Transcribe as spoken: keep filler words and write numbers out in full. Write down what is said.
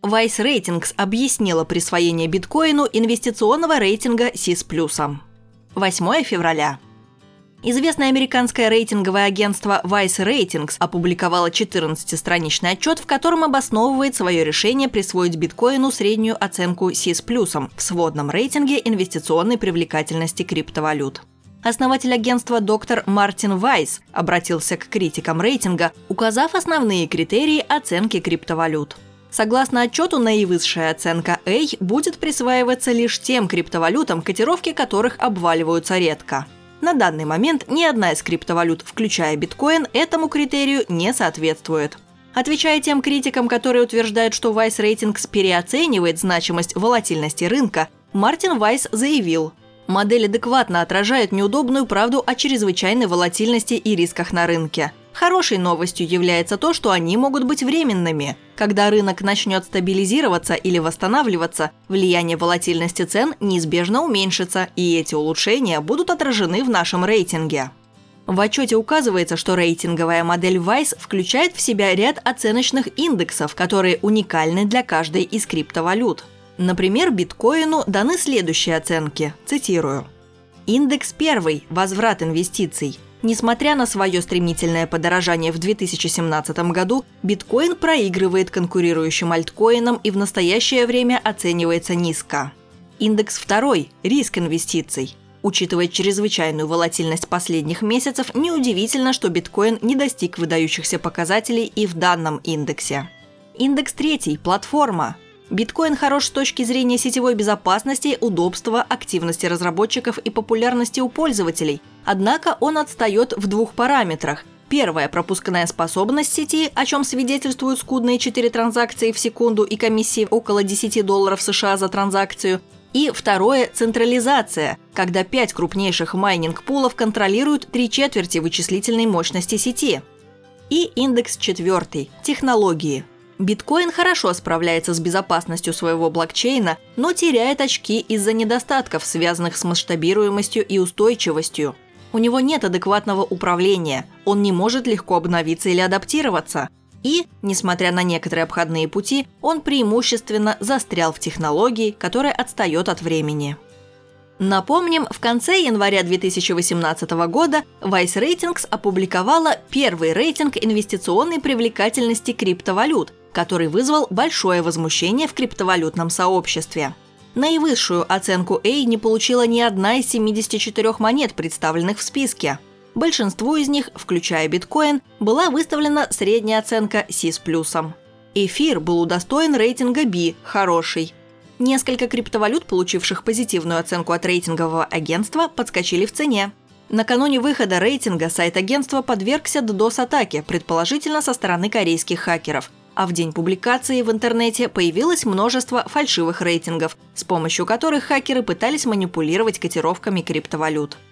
Vice Ratings объяснила присвоение биткоину инвестиционного рейтинга Си с плюсом. восьмое февраля. Известное американское рейтинговое агентство Vice Ratings опубликовало четырнадцатистраничный отчет, в котором обосновывает свое решение присвоить биткоину среднюю оценку Си с плюсом в сводном рейтинге инвестиционной привлекательности криптовалют. Основатель агентства доктор Мартин Вайс обратился к критикам рейтинга, указав основные критерии оценки криптовалют. Согласно отчету, наивысшая оценка A будет присваиваться лишь тем криптовалютам, котировки которых обваливаются редко. На данный момент ни одна из криптовалют, включая биткоин, этому критерию не соответствует. Отвечая тем критикам, которые утверждают, что Vice Ratings переоценивает значимость волатильности рынка, Мартин Вайс заявил: «Модель адекватно отражает неудобную правду о чрезвычайной волатильности и рисках на рынке. Хорошей новостью является то, что они могут быть временными. Когда рынок начнет стабилизироваться или восстанавливаться, влияние волатильности цен неизбежно уменьшится, и эти улучшения будут отражены в нашем рейтинге». В отчете указывается, что рейтинговая модель Vice включает в себя ряд оценочных индексов, которые уникальны для каждой из криптовалют. Например, биткоину даны следующие оценки, цитирую. Индекс первый – возврат инвестиций. Несмотря на свое стремительное подорожание в две тысячи семнадцатом году, биткоин проигрывает конкурирующим альткоинам и в настоящее время оценивается низко. Индекс второй – риск инвестиций. Учитывая чрезвычайную волатильность последних месяцев, неудивительно, что биткоин не достиг выдающихся показателей и в данном индексе. Индекс третий – платформа. Биткоин хорош с точки зрения сетевой безопасности, удобства, активности разработчиков и популярности у пользователей. Однако он отстает в двух параметрах. Первое – пропускная способность сети, о чем свидетельствуют скудные четыре транзакции в секунду и комиссии около десять долларов США за транзакцию. И второе – централизация, когда пять крупнейших майнинг-пулов контролируют три четверти вычислительной мощности сети. И индекс четвертый – технологии. Биткоин хорошо справляется с безопасностью своего блокчейна, но теряет очки из-за недостатков, связанных с масштабируемостью и устойчивостью. У него нет адекватного управления, он не может легко обновиться или адаптироваться. И, несмотря на некоторые обходные пути, он преимущественно застрял в технологии, которая отстает от времени. Напомним, в конце января две тысячи восемнадцатого года Vice Ratings опубликовала первый рейтинг инвестиционной привлекательности криптовалют, который вызвал большое возмущение в криптовалютном сообществе. Наивысшую оценку A не получила ни одна из семидесяти четырёх монет, представленных в списке. Большинству из них, включая биткоин, была выставлена средняя оценка Си с плюсом. Эфир был удостоен рейтинга B – хороший. Несколько криптовалют, получивших позитивную оценку от рейтингового агентства, подскочили в цене. Накануне выхода рейтинга сайт агентства подвергся ддос-атаке, предположительно со стороны корейских хакеров. А в день публикации в интернете появилось множество фальшивых рейтингов, с помощью которых хакеры пытались манипулировать котировками криптовалют.